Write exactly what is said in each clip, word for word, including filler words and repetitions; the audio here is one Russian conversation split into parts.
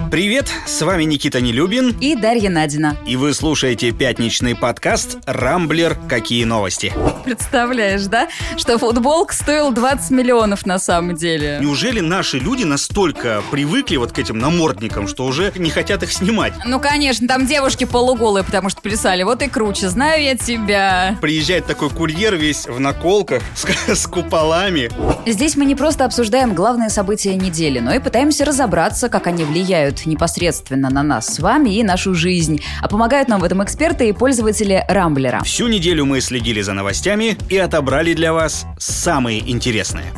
Привет, с вами Никита Нелюбин и Дарья Надина. И вы слушаете пятничный подкаст «Рамблер. Какие новости?». Представляешь, да, что футболка стоила двадцать миллионов на самом деле? Неужели наши люди настолько привыкли вот к этим намордникам, что уже не хотят их снимать? Ну, конечно, там девушки полуголые, потому что плясали. Вот и круче, знаю я тебя. Приезжает такой курьер весь в наколках, с, с куполами. Здесь мы не просто обсуждаем главные события недели, но и пытаемся разобраться, как они влияют непосредственно на нас с вами и нашу жизнь. А помогают нам в этом эксперты и пользователи Рамблера. Всю неделю мы следили за новостями и отобрали для вас самые интересные.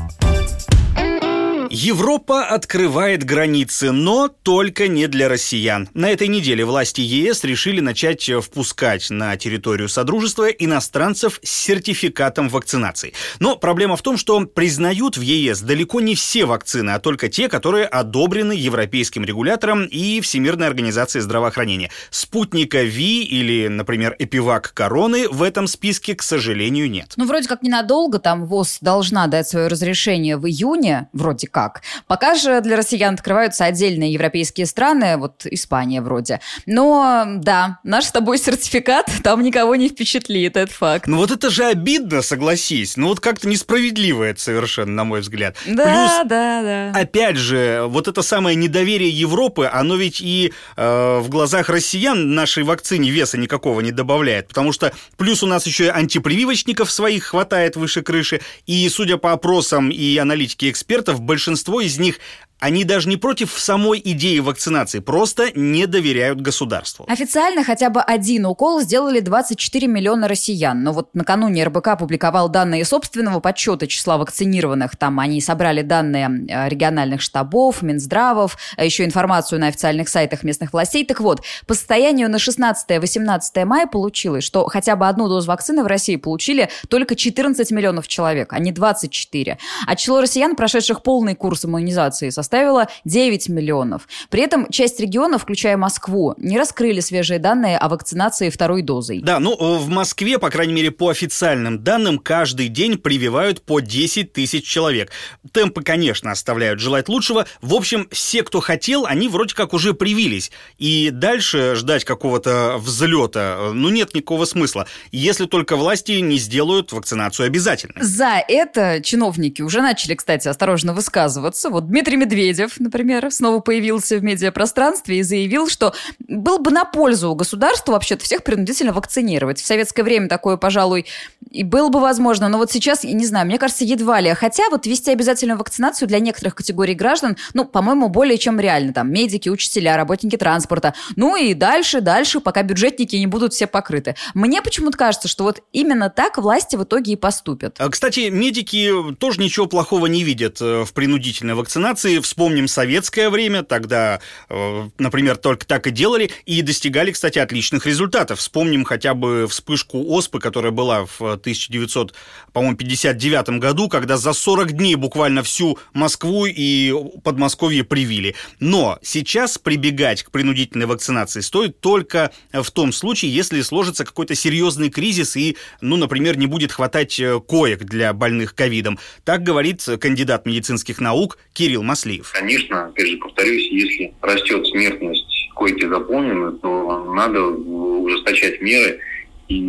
Европа открывает границы, но только не для россиян. На этой неделе власти ЕС решили начать впускать на территорию Содружества иностранцев с сертификатом вакцинации. Но проблема в том, что признают в ЕС далеко не все вакцины, а только те, которые одобрены европейским регулятором и Всемирной организацией здравоохранения. Спутника Ви или, например, Эпивак Короны в этом списке, к сожалению, нет. Ну, вроде как ненадолго, там ВОЗ должна дать свое разрешение в июне, вроде как. Как. Пока же для россиян открываются отдельные европейские страны, вот Испания вроде. Но да, наш с тобой сертификат там никого не впечатлит, это факт. Ну вот это же обидно, согласись. Ну вот как-то несправедливо это совершенно, на мой взгляд. Да, Плюс, да, да. Опять же, вот это самое недоверие Европы, оно ведь и э, в глазах россиян нашей вакцине веса никакого не добавляет. Потому что плюс у нас еще и антипрививочников своих хватает выше крыши. И судя по опросам и аналитике экспертов, большинство Большинство из них, они даже не против самой идеи вакцинации, просто не доверяют государству. Официально хотя бы один укол сделали двадцать четыре миллиона россиян. Но вот накануне эр бэ ка публиковал данные собственного подсчета числа вакцинированных. Там они собрали данные региональных штабов, Минздравов, еще информацию на официальных сайтах местных властей. Так вот, по состоянию на шестнадцатое-восемнадцатое мая получилось, что хотя бы одну дозу вакцины в России получили только четырнадцать миллионов человек, а не двадцать четыре. А число россиян, прошедших полный курс иммунизации, составило составила девять миллионов. При этом часть регионов, включая Москву, не раскрыли свежие данные о вакцинации второй дозой. Да, ну в Москве, по крайней мере, по официальным данным, каждый день прививают по десять тысяч человек. Темпы, конечно, оставляют желать лучшего. В общем, все, кто хотел, они вроде как уже привились. И дальше ждать какого-то взлета, ну, нет никакого смысла, если только власти не сделают вакцинацию обязательной. За это чиновники уже начали, кстати, осторожно высказываться. Вот Дмитрий Медведев Медведев, например, снова появился в медиапространстве и заявил, что был бы на пользу государству вообще-то всех принудительно вакцинировать. В советское время такое, пожалуй, и было бы возможно, но вот сейчас, я не знаю, мне кажется, едва ли. Хотя вот ввести обязательную вакцинацию для некоторых категорий граждан, ну, по-моему, более чем реально. Там медики, учителя, работники транспорта. Ну и дальше, дальше, пока бюджетники не будут все покрыты. Мне почему-то кажется, что вот именно так власти в итоге и поступят. Кстати, медики тоже ничего плохого не видят в принудительной вакцинации. Вспомним советское время, тогда, например, только так и делали, и достигали, кстати, отличных результатов. Вспомним хотя бы вспышку оспы, которая была в тысяча девятьсот пятьдесят девятом году, когда за сорок дней буквально всю Москву и Подмосковье привили. Но сейчас прибегать к принудительной вакцинации стоит только в том случае, если сложится какой-то серьезный кризис и, ну, например, не будет хватать коек для больных ковидом. Так говорит кандидат медицинских наук Кирилл Маслиев. Конечно, опять же, повторюсь, если растет смертность, койки заполнены, то надо ужесточать меры, и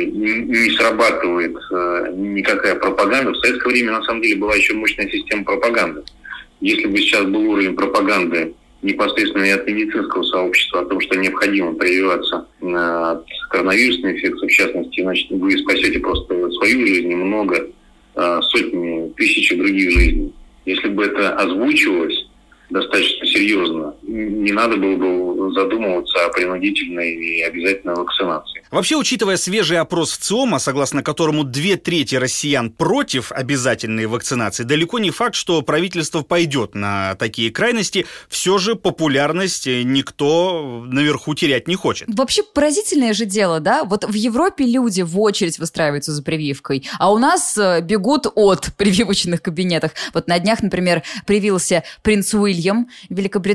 не срабатывает никакая пропаганда. В советское время, на самом деле, была еще мощная система пропаганды. Если бы сейчас был уровень пропаганды непосредственно и от медицинского сообщества о том, что необходимо прививаться от коронавирусной инфекции, в частности, значит, вы спасете просто свою жизнь и много, сотни, тысячи других жизней. Если бы это озвучивалось достаточно серьезно, не надо было бы задумываться о принудительной и обязательной вакцинации. Вообще, учитывая свежий опрос ВЦИОМа, согласно которому две трети россиян против обязательной вакцинации, далеко не факт, что правительство пойдет на такие крайности. Все же популярность никто наверху терять не хочет. Вообще поразительное же дело, да? Вот в Европе люди в очередь выстраиваются за прививкой, а у нас бегут от прививочных кабинетов. Вот на днях, например, привился принц Уильям в Великобритании.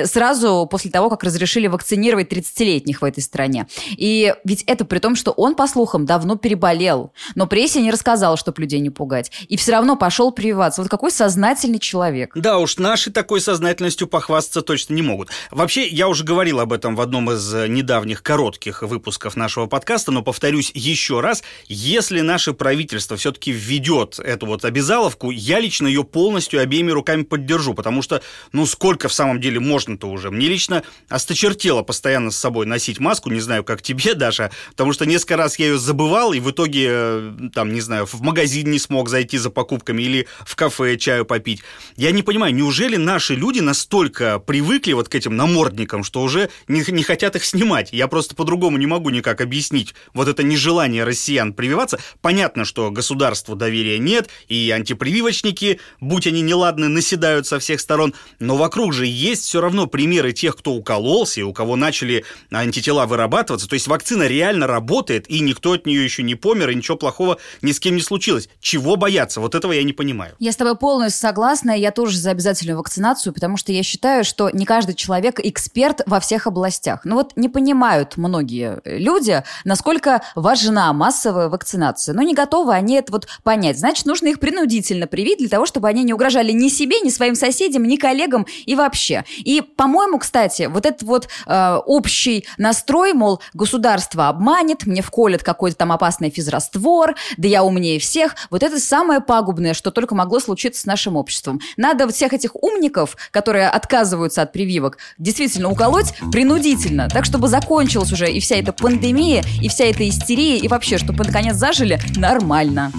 И сразу после того, как разрешили вакцинировать тридцатилетних в этой стране. И ведь это при том, что он, по слухам, давно переболел. Но прессе не рассказал, чтобы людей не пугать. И все равно пошел прививаться. Вот какой сознательный человек. Да уж, наши такой сознательностью похвастаться точно не могут. Вообще, я уже говорил об этом в одном из недавних коротких выпусков нашего подкаста, но повторюсь еще раз, если наше правительство все-таки введет эту вот обязаловку, я лично ее полностью обеими руками поддержу, потому что, ну, сколько в самом деле можно-то уже? Мне лично осточертело постоянно с собой носить маску, не знаю, как тебе, Даша, потому что несколько раз я ее забывал, и в итоге, там, не знаю, в магазин не смог зайти за покупками или в кафе чаю попить. Я не понимаю, неужели наши люди настолько привыкли вот к этим намордникам, что уже не, не хотят их снимать? Я просто по-другому не могу никак объяснить вот это нежелание россиян прививаться. Понятно, что государству доверия нет, и антипрививочники, будь они неладны, наседают со всех сторон, но вокруг же есть все равно примеры тех, кто укололся, и у кого начали антитела вырабатываться. То есть вакцина реально работает, и никто от нее еще не помер, и ничего плохого ни с кем не случилось. Чего бояться? Вот этого я не понимаю. Я с тобой полностью согласна, я тоже за обязательную вакцинацию, потому что я считаю, что не каждый человек эксперт во всех областях. Ну вот не понимают многие люди, насколько важна массовая вакцинация. Но не готовы они это вот понять. Значит, нужно их принудительно привить для того, чтобы они не угрожали ни себе, ни своим соседям, ни коллегам и вообще. И, по-моему, кстати, вот этот вот э, общий настрой, мол, государство обманет, мне вколят какой-то там опасный физраствор, да я умнее всех, вот это самое пагубное, что только могло случиться с нашим обществом. Надо вот всех этих умников, которые отказываются от прививок, действительно уколоть принудительно, так, чтобы закончилась уже и вся эта пандемия, и вся эта истерия, и вообще, чтобы наконец зажили нормально.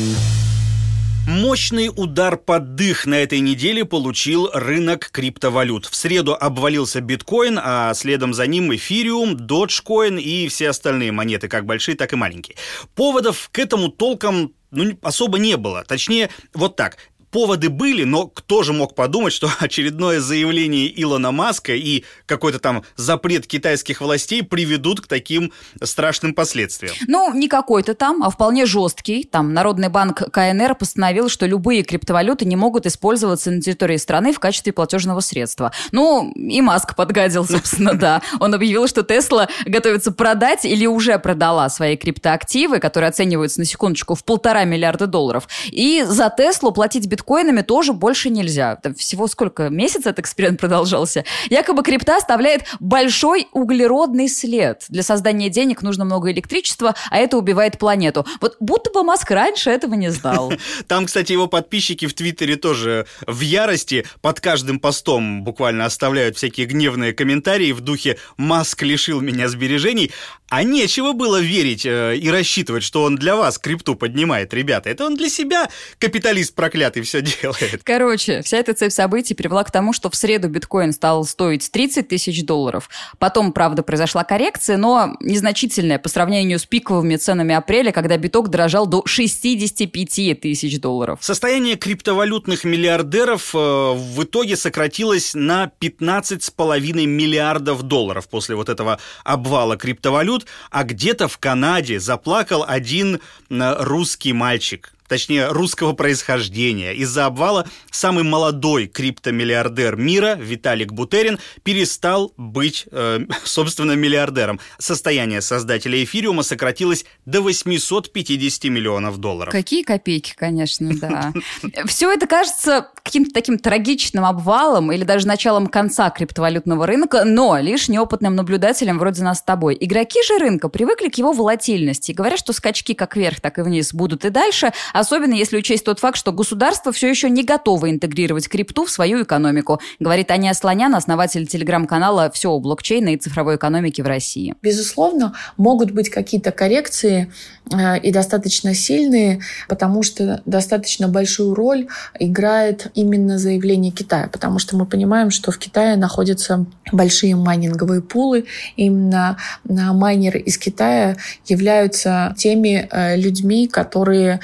Мощный удар под дых на этой неделе получил рынок криптовалют. В среду обвалился биткоин, а следом за ним эфириум, доджкоин и все остальные монеты, как большие, так и маленькие. Поводов к этому толком ну, особо не было. Точнее, вот так. Поводы были, но кто же мог подумать, что очередное заявление Илона Маска и какой-то там запрет китайских властей приведут к таким страшным последствиям? Ну, не какой-то там, а вполне жесткий. Там Народный банк ка эн эр постановил, что любые криптовалюты не могут использоваться на территории страны в качестве платежного средства. Ну, и Маск подгадил, собственно, да. Он объявил, что Тесла готовится продать или уже продала свои криптоактивы, которые оцениваются, на секундочку, в полтора миллиарда долларов. И за Теслу платить биткоин биткоинами тоже больше нельзя. Там всего сколько месяцев этот эксперимент продолжался. Якобы крипта оставляет большой углеродный след. Для создания денег нужно много электричества, а это убивает планету. Вот будто бы Маск раньше этого не знал. Там, кстати, его подписчики в Твиттере тоже в ярости. Под каждым постом буквально оставляют всякие гневные комментарии в духе «Маск лишил меня сбережений». А нечего было верить э, и рассчитывать, что он для вас крипту поднимает, ребята. Это он для себя, капиталист проклятый, все делает. Короче, вся эта цепь событий привела к тому, что в среду биткоин стал стоить тридцать тысяч долларов. Потом, правда, произошла коррекция, но незначительная по сравнению с пиковыми ценами апреля, когда биток дорожал до шестьдесят пять тысяч долларов. Состояние криптовалютных миллиардеров э, в итоге сократилось на пятнадцать с половиной миллиардов долларов после вот этого обвала криптовалют. А где-то в Канаде заплакал один русский мальчик, точнее, русского происхождения. Из-за обвала самый молодой криптомиллиардер мира, Виталик Бутерин, перестал быть, э, собственно, миллиардером. Состояние создателя эфириума сократилось до восемьсот пятьдесят миллионов долларов. Какие копейки, конечно, да. Все это кажется каким-то таким трагичным обвалом или даже началом конца криптовалютного рынка, но лишь неопытным наблюдателям вроде нас с тобой. Игроки же рынка привыкли к его волатильности. Говорят, что скачки как вверх, так и вниз будут и дальше, особенно если учесть тот факт, что государство все еще не готово интегрировать крипту в свою экономику, говорит Аня Слонян, основатель телеграм-канала «Все о блокчейне и цифровой экономике в России». Безусловно, могут быть какие-то коррекции э, и достаточно сильные, потому что достаточно большую роль играет именно заявление Китая, потому что мы понимаем, что в Китае находятся большие майнинговые пулы. Именно майнеры из Китая являются теми э, людьми, которые составляют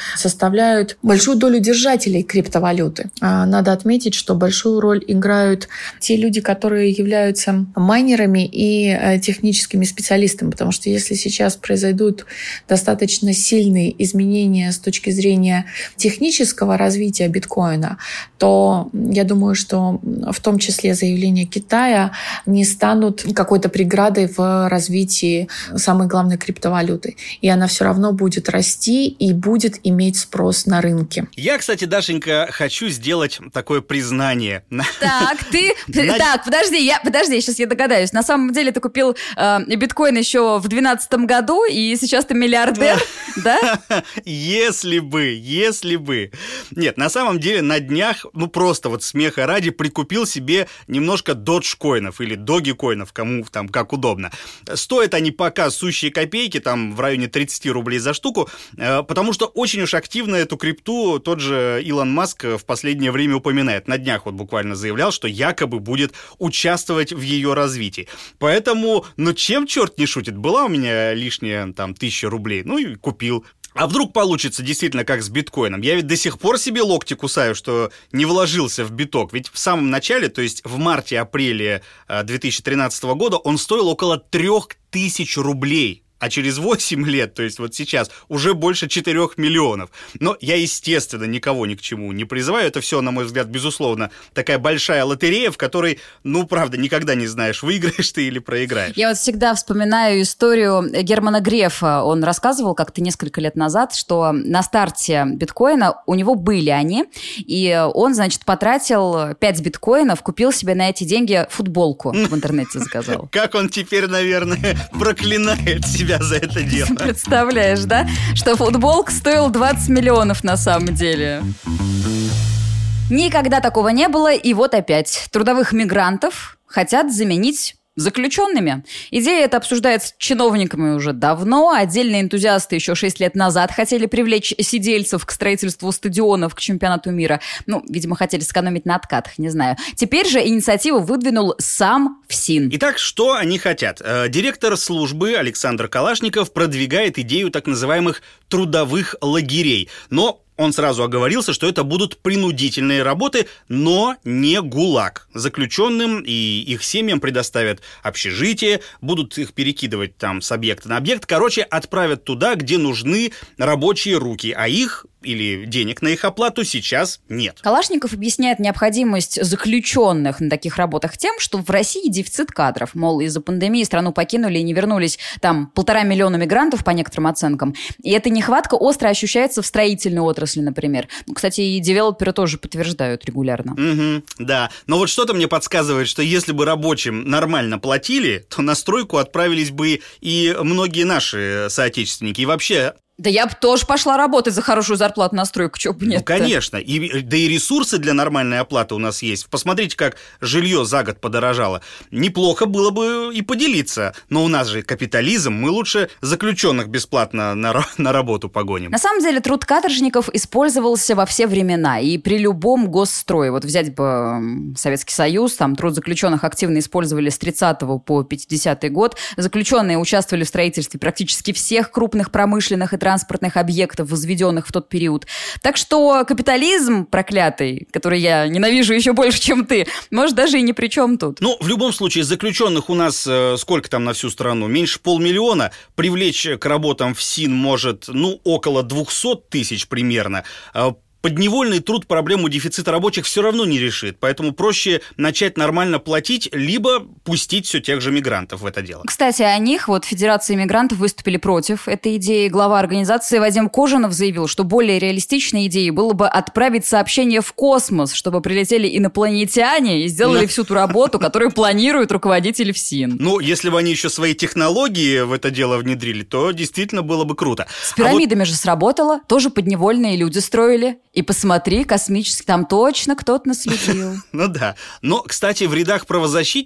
составляют большую долю держателей криптовалюты. Надо отметить, что большую роль играют те люди, которые являются майнерами и техническими специалистами, потому что если сейчас произойдут достаточно сильные изменения с точки зрения технического развития биткоина, то я думаю, что в том числе заявления Китая не станут какой-то преградой в развитии самой главной криптовалюты. И она все равно будет расти и будет иметь спрос на рынке. Я, кстати, Дашенька, хочу сделать такое признание. Так, ты... Так, подожди, я, подожди, сейчас я догадаюсь. На самом деле ты купил э, биткоин еще в двенадцатом году, и сейчас ты миллиардер, да? Если бы, если бы. Нет, на самом деле на днях, ну просто вот смеха ради, прикупил себе немножко доджкоинов или догикоинов, кому там как удобно. Стоят они пока сущие копейки, там в районе тридцать рублей за штуку, э, потому что очень уж активно эту крипту тот же Илон Маск в последнее время упоминает. На днях вот буквально заявлял, что якобы будет участвовать в ее развитии. Поэтому, ну чем черт не шутит? Была у меня лишняя там тысяча рублей, ну и купил. А вдруг получится действительно как с биткоином? Я ведь до сих пор себе локти кусаю, что не вложился в биток. Ведь в самом начале, то есть в марте-апреле две тысячи тринадцатого года, он стоил около трех тысяч рублей. А через восемь лет, то есть вот сейчас, уже больше четырёх миллионов. Но я, естественно, никого ни к чему не призываю. Это все, на мой взгляд, безусловно, такая большая лотерея, в которой, ну, правда, никогда не знаешь, выиграешь ты или проиграешь. Я вот всегда вспоминаю историю Германа Грефа. Он рассказывал как-то несколько лет назад, что на старте биткоина у него были они, и он, значит, потратил пять биткоинов, купил себе на эти деньги футболку в интернете заказал. Как он теперь, наверное, проклинает себя за это дело. Представляешь, да? Что футболка стоила двадцать миллионов на самом деле. Никогда такого не было, и вот опять. Трудовых мигрантов хотят заменить заключенными. Идея эта обсуждается чиновниками уже давно. Отдельные энтузиасты еще шесть лет назад хотели привлечь сидельцев к строительству стадионов к чемпионату мира. Ну, видимо, хотели сэкономить на откатах, не знаю. Теперь же инициативу выдвинул сам ФСИН. Итак, что они хотят? Директор службы Александр Калашников продвигает идею так называемых трудовых лагерей. Но он сразу оговорился, что это будут принудительные работы, но не ГУЛАГ. Заключенным и их семьям предоставят общежитие, будут их перекидывать там с объекта на объект. Короче, отправят туда, где нужны рабочие руки, а их или денег на их оплату сейчас нет. Калашников объясняет необходимость заключенных на таких работах тем, что в России дефицит кадров. Мол, из-за пандемии страну покинули и не вернулись там полтора миллиона мигрантов, по некоторым оценкам. И эта нехватка остро ощущается в строительной отрасли, например. Ну, кстати, и девелоперы тоже подтверждают регулярно. Угу, да. Но вот что-то мне подсказывает, что если бы рабочим нормально платили, то на стройку отправились бы и многие наши соотечественники. И вообще... Да я бы тоже пошла работать за хорошую зарплату на стройку, чего бы нет. Ну, конечно. И, да и ресурсы для нормальной оплаты у нас есть. Посмотрите, как жилье за год подорожало. Неплохо было бы и поделиться. Но у нас же капитализм, мы лучше заключенных бесплатно на, на работу погоним. На самом деле труд каторжников использовался во все времена и при любом госстрое. Вот взять бы Советский Союз, там труд заключенных активно использовали с тридцатого по пятидесятый год. Заключенные участвовали в строительстве практически всех крупных промышленных и транспортных объектов, возведенных в тот период. Так что капитализм проклятый, который я ненавижу еще больше, чем ты, может, даже и ни при чем тут. Ну, в любом случае, заключенных у нас э, сколько там на всю страну? Меньше полмиллиона. Привлечь к работам ФСИН может, ну, около двухсот тысяч примерно. Подневольный труд проблему дефицита рабочих все равно не решит, поэтому проще начать нормально платить, либо пустить все тех же мигрантов в это дело. Кстати, о них вот Федерация мигрантов выступили против этой идеи. Глава организации Вадим Кожанов заявил, что более реалистичной идеей было бы отправить сообщение в космос, чтобы прилетели инопланетяне и сделали всю ту работу, которую планируют руководители ФСИН. Ну, если бы они еще свои технологии в это дело внедрили, то действительно было бы круто. С пирамидами же сработало, тоже подневольные люди строили. И посмотри, космический, там точно кто-то наследил. Ну да. Но, кстати, в рядах правозащитников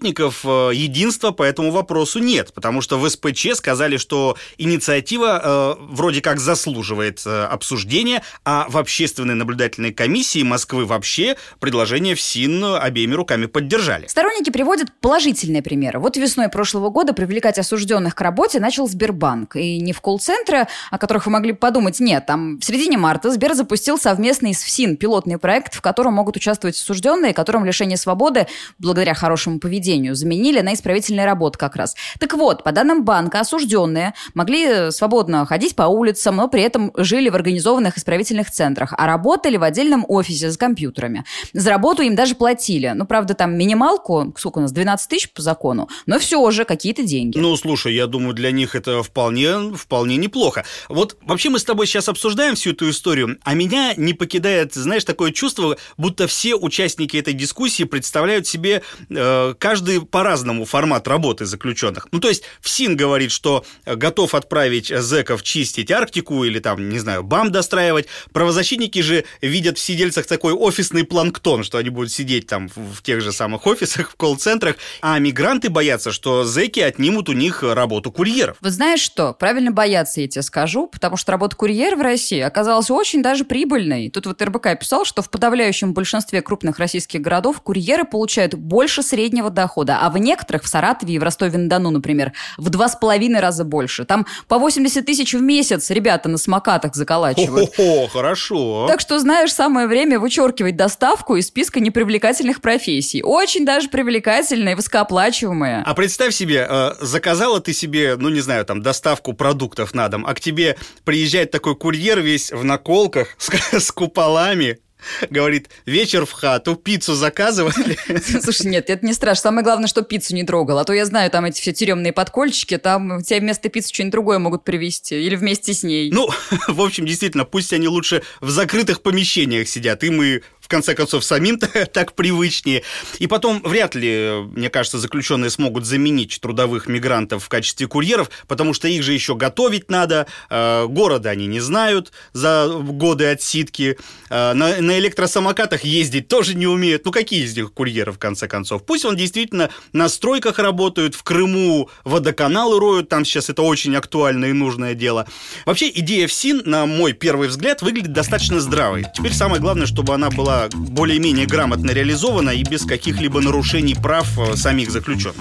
единства по этому вопросу нет, потому что в эс пэ че сказали, что инициатива э, вроде как заслуживает э, обсуждения, а в общественной наблюдательной комиссии Москвы вообще предложение ФСИН обеими руками поддержали. Сторонники приводят положительные примеры. Вот весной прошлого года привлекать осужденных к работе начал Сбербанк. И не в колл-центры, о которых вы могли подумать, нет. Там в середине марта Сбер запустил совместный с ФСИН пилотный проект, в котором могут участвовать осужденные, которым лишение свободы, благодаря хорошему поведению, заменили на исправительные работы как раз. Так вот, по данным банка, осужденные могли свободно ходить по улицам, но при этом жили в организованных исправительных центрах, а работали в отдельном офисе с компьютерами. За работу им даже платили. Ну, правда, там минималку, сколько у нас, двенадцать тысяч по закону, но все же какие-то деньги. Ну, слушай, я думаю, для них это вполне, вполне неплохо. Вот вообще мы с тобой сейчас обсуждаем всю эту историю, а меня не покидает, знаешь, такое чувство, будто все участники этой дискуссии представляют себе э, каждый по-разному формат работы заключенных. Ну, то есть ФСИН говорит, что готов отправить зэков чистить Арктику или там, не знаю, БАМ достраивать. Правозащитники же видят в сидельцах такой офисный планктон, что они будут сидеть там в тех же самых офисах, в колл-центрах, а мигранты боятся, что зэки отнимут у них работу курьеров. Вот знаешь что? Правильно боятся, я тебе скажу, потому что работа курьера в России оказалась очень даже прибыльной. Тут вот эр бэ ка писал, что в подавляющем большинстве крупных российских городов курьеры получают больше среднего дохода, а в некоторых, в Саратове и в Ростове-на-Дону, например, в два с половиной раза больше. Там по восемьдесят тысяч в месяц ребята на самокатах заколачивают. О, хорошо. Так что, знаешь, самое время вычеркивать доставку из списка непривлекательных профессий. Очень даже привлекательные, высокооплачиваемые. А представь себе, э, заказала ты себе, ну, не знаю, там, доставку продуктов на дом, а к тебе приезжает такой курьер весь в наколках, с, с куполами, говорит, вечер в хату, пиццу заказывали. Слушай, нет, это не страшно. Самое главное, что пиццу не трогал. А то я знаю, там эти все тюремные подкольчики, там тебе вместо пиццы что-нибудь другое могут привезти. Или вместе с ней. Ну, в общем, действительно, пусть они лучше в закрытых помещениях сидят. Им и, в конце концов, самим-то так привычнее. И потом, вряд ли, мне кажется, заключенные смогут заменить трудовых мигрантов в качестве курьеров, потому что их же еще готовить надо. Города они не знают за годы отсидки. На На электросамокатах ездить тоже не умеют. Ну, какие из них курьеры, в конце концов? Пусть он действительно на стройках работает, в Крыму водоканалы роют, там сейчас это очень актуальное и нужное дело. Вообще, идея ФСИН, на мой первый взгляд, выглядит достаточно здравой. Теперь самое главное, чтобы она была более-менее грамотно реализована и без каких-либо нарушений прав самих заключенных.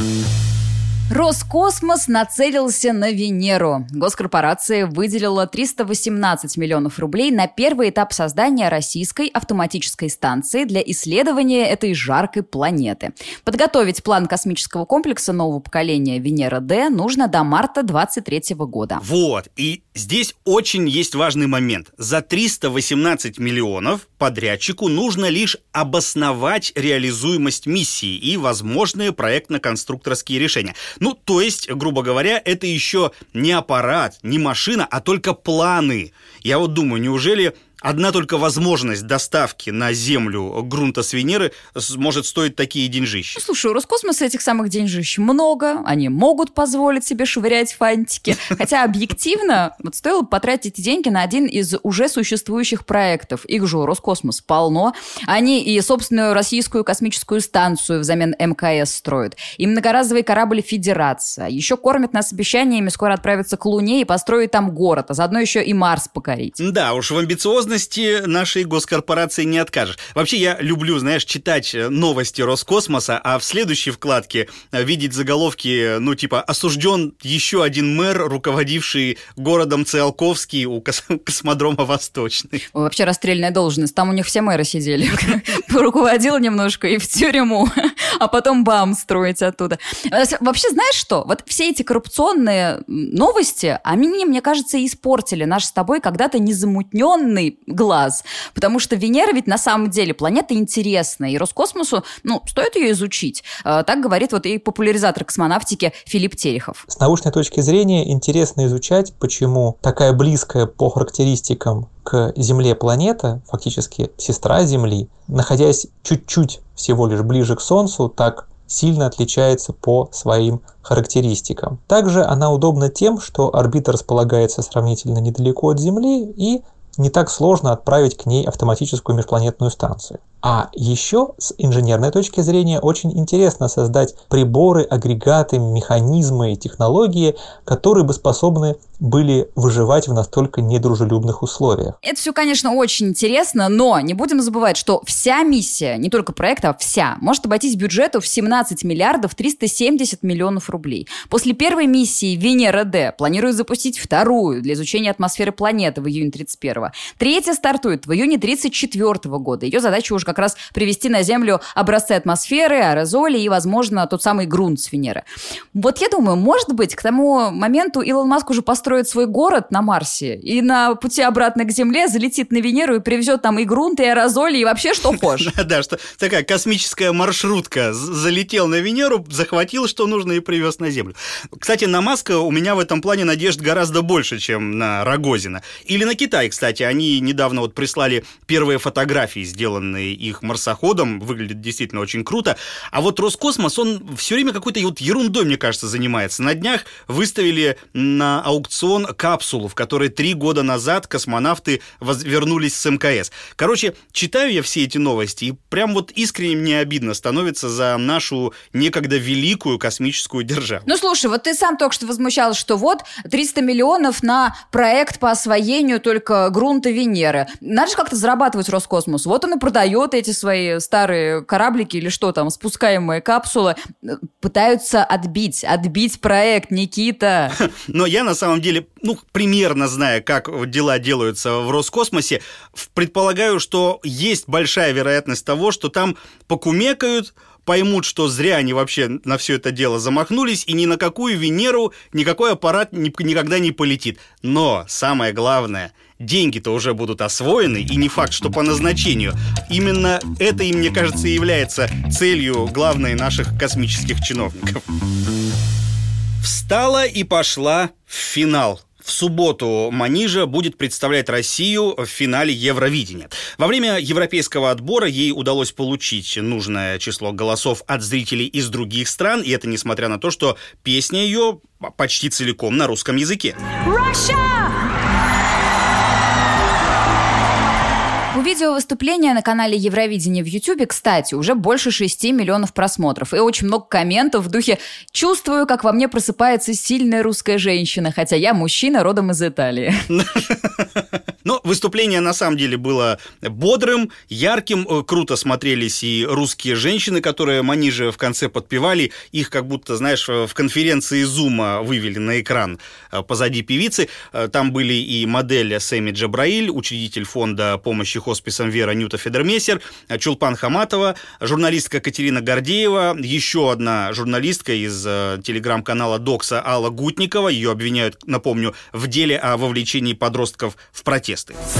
Роскосмос нацелился на Венеру. Госкорпорация выделила триста восемнадцать миллионов рублей на первый этап создания российской автоматической станции для исследования этой жаркой планеты. Подготовить план космического комплекса нового поколения Венера-Д нужно до марта двадцать третьего года. Вот, и здесь очень есть важный момент. За триста восемнадцать миллионов подрядчику нужно лишь обосновать реализуемость миссии и возможные проектно-конструкторские решения. Ну, то есть, грубо говоря, это еще не аппарат, не машина, а только планы. Я вот думаю, неужели одна только возможность доставки на Землю грунта с Венеры может стоить такие деньжищи? Ну, слушай, у Роскосмоса этих самых деньжищ много, они могут позволить себе швырять фантики. Хотя объективно вот стоило бы потратить эти деньги на один из уже существующих проектов. Их же у Роскосмос полно. Они и собственную российскую космическую станцию взамен эм ка эс строят, и многоразовый корабль «Федерация». Еще кормят нас обещаниями скоро отправиться к Луне и построить там город, а заодно еще и Марс покорить. Да, уж в амбициозности нашей госкорпорации не откажешь. Вообще, я люблю, знаешь, читать новости Роскосмоса, а в следующей вкладке видеть заголовки, ну, типа, осужден еще один мэр, руководивший городом Циолковский у кос- космодрома Восточный. Вообще расстрельная должность. Там у них все мэры сидели. Поруководил немножко и в тюрьму, а потом бам, строить оттуда. Вообще, знаешь что? Вот все эти коррупционные новости, они, мне кажется, испортили наш с тобой когда-то незамутненный глаз. Потому что Венера ведь на самом деле планета интересная, и Роскосмосу, ну, стоит ее изучить. Так говорит вот и популяризатор космонавтики Филипп Терехов. С научной точки зрения интересно изучать, почему такая близкая по характеристикам к Земле планета, фактически сестра Земли, находясь чуть-чуть всего лишь ближе к Солнцу, так сильно отличается по своим характеристикам. Также она удобна тем, что орбита располагается сравнительно недалеко от Земли и не так сложно отправить к ней автоматическую межпланетную станцию. А еще с инженерной точки зрения очень интересно создать приборы, агрегаты, механизмы и технологии, которые бы способны были выживать в настолько недружелюбных условиях. Это все, конечно, очень интересно, но не будем забывать, что вся миссия, не только проект, а вся, может обойтись бюджету в семнадцать миллиардов триста семьдесят миллионов рублей. После первой миссии Венера-Д планируют запустить вторую для изучения атмосферы планеты в июне тридцать первого. Третья стартует в июне тридцать четвёртого года. Ее задача уже как раз привести на Землю образцы атмосферы, аэрозоли и, возможно, тот самый грунт с Венеры. Вот я думаю, может быть, к тому моменту Илон Маск уже построит свой город на Марсе и на пути обратно к Земле залетит на Венеру и привезет там и грунт, и аэрозоли, и вообще что хочешь. Да, что такая космическая маршрутка. Залетел на Венеру, захватил, что нужно, и привез на Землю. Кстати, на Маска у меня в этом плане надежд гораздо больше, чем на Рогозина. Или на Китай, кстати. Они недавно вот прислали первые фотографии, сделанные их марсоходом. Выглядит действительно очень круто. А вот Роскосмос, он все время какой-то вот ерундой, мне кажется, занимается. На днях выставили на аукцион капсулу, в которой три года назад космонавты вернулись с эм ка эс. Короче, читаю я все эти новости, и прям вот искренне мне обидно становится за нашу некогда великую космическую державу. Ну, слушай, вот ты сам только что возмущался, что вот триста миллионов на проект по освоению только грунта Венеры. Надо же как-то зарабатывать Роскосмос. Вот он и продает эти свои старые кораблики или что там, спускаемые капсулы. Пытаются отбить, отбить проект, Никита. Но я на самом деле, ну, примерно зная, как дела делаются в Роскосмосе, предполагаю, что есть большая вероятность того, что там покумекают, поймут, что зря они вообще на все это дело замахнулись, и ни на какую Венеру никакой аппарат никогда не полетит. Но самое главное, деньги-то уже будут освоены, и не факт, что по назначению. Именно это, и мне кажется, и является целью главной наших космических чиновников. Встала и пошла в финал. В субботу Манижа будет представлять Россию в финале Евровидения. Во время европейского отбора ей удалось получить нужное число голосов от зрителей из других стран, и это несмотря на то, что песня ее почти целиком на русском языке. Russia! У видео выступления на канале Евровидение в Ютубе, кстати, уже больше шести миллионов просмотров и очень много комментов в духе «Чувствую, как во мне просыпается сильная русская женщина, хотя я мужчина родом из Италии». Но выступление на самом деле было бодрым, ярким, круто смотрелись и русские женщины, которые Манижа в конце подпевали, их как будто, знаешь, в конференции Зума вывели на экран позади певицы. Там были и модель Сэмми Джабраиль, учредитель фонда помощи хосписам Вера Нюта Федермессер, Чулпан Хаматова, журналистка Катерина Гордеева, еще одна журналистка из телеграм-канала Докса Алла Гутникова. Ее обвиняют, напомню, в деле о вовлечении подростков в протесты.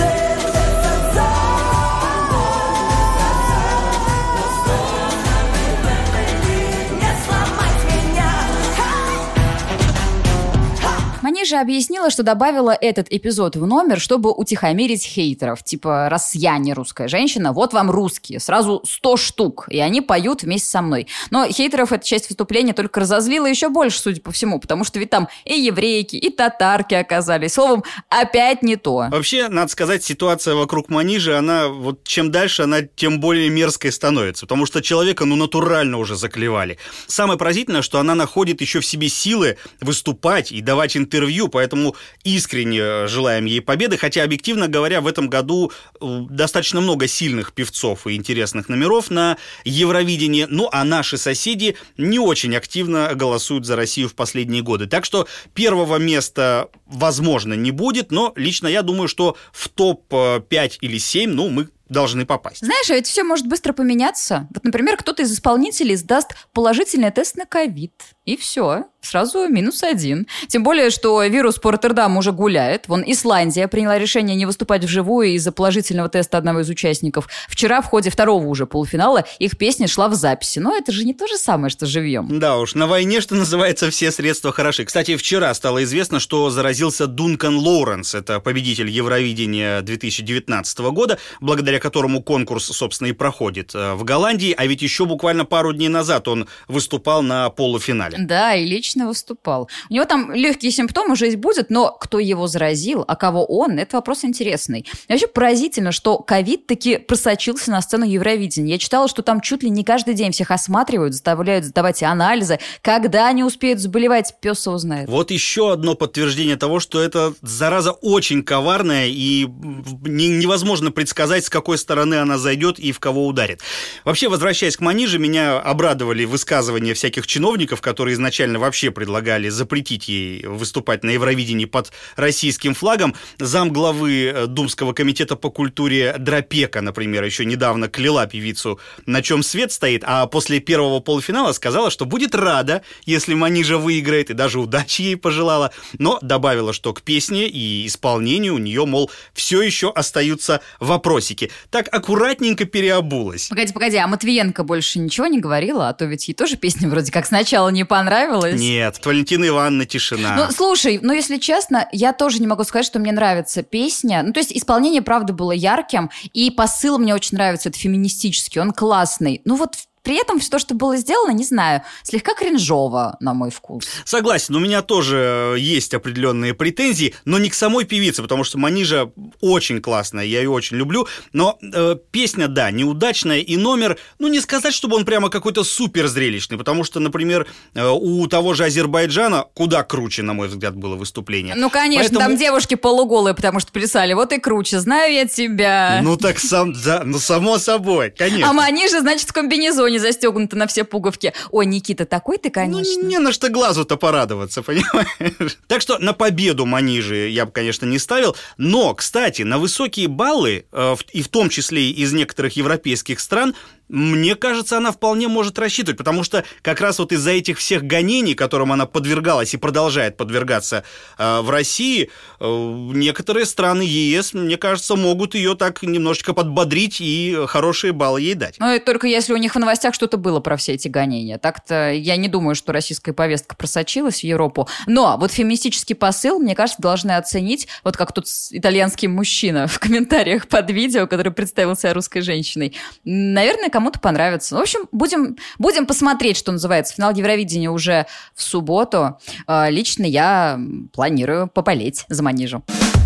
Манижа объяснила, что добавила этот эпизод в номер, чтобы утихомирить хейтеров. Типа, раз я не русская женщина, вот вам русские. Сразу сто штук. И они поют вместе со мной. Но хейтеров эта часть выступления только разозлила еще больше, судя по всему. Потому что ведь там и еврейки, и татарки оказались. Словом, опять не то. Вообще, надо сказать, ситуация вокруг Манижи, она вот чем дальше, она тем более мерзкой становится. Потому что человека, ну, натурально уже заклевали. Самое поразительное, что она находит еще в себе силы выступать и давать интервью. интервью, поэтому искренне желаем ей победы, хотя, объективно говоря, в этом году достаточно много сильных певцов и интересных номеров на Евровидении, ну а наши соседи не очень активно голосуют за Россию в последние годы. Так что первого места, возможно, не будет, но лично я думаю, что в топ пять или семь, ну, мы должны попасть. Знаешь, а ведь все может быстро поменяться. Вот, например, кто-то из исполнителей сдаст положительный тест на ковид. И все, сразу минус один. Тем более, что вирус по Роттердаму уже гуляет. Вон Исландия приняла решение не выступать вживую из-за положительного теста одного из участников. Вчера в ходе второго уже полуфинала их песня шла в записи. Но это же не то же самое, что живьем. Да уж, на войне, что называется, все средства хороши. Кстати, вчера стало известно, что заразился Дункан Лоуренс. Это победитель Евровидения две тысячи девятнадцатого года, благодаря которому конкурс, собственно, и проходит в Голландии. А ведь еще буквально пару дней назад он выступал на полуфинале. выступали. Да, и лично выступал. У него там легкие симптомы, жизнь будет, но кто его заразил, а кого он, это вопрос интересный. И вообще поразительно, что ковид таки просочился на сцену Евровидения. Я читала, что там чуть ли не каждый день всех осматривают, заставляют сдавать анализы. Когда они успеют заболевать, пес его знает. Вот еще одно подтверждение того, что эта зараза очень коварная, и невозможно предсказать, с какой стороны она зайдет и в кого ударит. Вообще, возвращаясь к Маниже, меня обрадовали высказывания всяких чиновников, которые изначально вообще предлагали запретить ей выступать на Евровидении под российским флагом. Замглавы Думского комитета по культуре Дропека, например, еще недавно кляла певицу, на чем свет стоит, а после первого полуфинала сказала, что будет рада, если Манижа выиграет, и даже удачи ей пожелала, но добавила, что к песне и исполнению у нее, мол, все еще остаются вопросики. Так аккуратненько переобулась. Погоди, погоди, а Матвиенко больше ничего не говорила? А то ведь ей тоже песня вроде как сначала не понравилась. Нет, от Валентины Ивановны тишина. Ну, слушай, ну, если честно, я тоже не могу сказать, что мне нравится песня. Ну, то есть исполнение, правда, было ярким, и посыл мне очень нравится, это феминистический, он классный. Ну, вот при этом все то, что было сделано, не знаю, слегка кринжово, на мой вкус. Согласен, у меня тоже есть определенные претензии, но не к самой певице, потому что Манижа очень классная, я ее очень люблю, но э, песня, да, неудачная, и номер, ну, не сказать, чтобы он прямо какой-то супер зрелищный, потому что, например, э, у того же Азербайджана куда круче, на мой взгляд, было выступление. Ну, конечно, Поэтому... там девушки полуголые, потому что плясали, вот и круче, знаю я тебя. Ну, так сам, да, ну, само собой, конечно. А Манижа, значит, в комбинезоне застегнута на все пуговки. Ой, Никита, такой ты, конечно. Ну, не на что глазу-то порадоваться, понимаешь? Так что на победу Манижи я бы, конечно, не ставил. Но, кстати, на высокие баллы, и в том числе из некоторых европейских стран, мне кажется, она вполне может рассчитывать, потому что как раз вот из-за этих всех гонений, которым она подвергалась и продолжает подвергаться э, в России, э, некоторые страны ЕС, мне кажется, могут ее так немножечко подбодрить и хорошие баллы ей дать. Ну, это только если у них в новостях что-то было про все эти гонения. Так-то я не думаю, что российская повестка просочилась в Европу. Но вот феминистический посыл, мне кажется, должны оценить, вот как тут итальянский мужчина в комментариях под видео, который представил себя русской женщиной. Наверное, кому-то понравится. В общем, будем, будем посмотреть, что называется. Финал Евровидения уже в субботу. Лично я планирую поболеть за Манижу.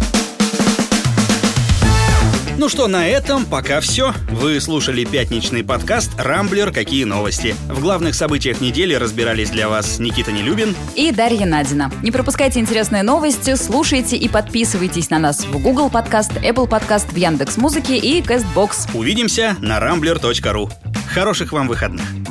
Ну что, на этом пока все. Вы слушали пятничный подкаст «Рамблер. Какие новости?». В главных событиях недели разбирались для вас Никита Нелюбин и Дарья Надина. Не пропускайте интересные новости, слушайте и подписывайтесь на нас в Google Подкаст, Apple Подкаст, в Яндекс.Музыке и Кастбокс. Увидимся на рамблер точка ру. Хороших вам выходных.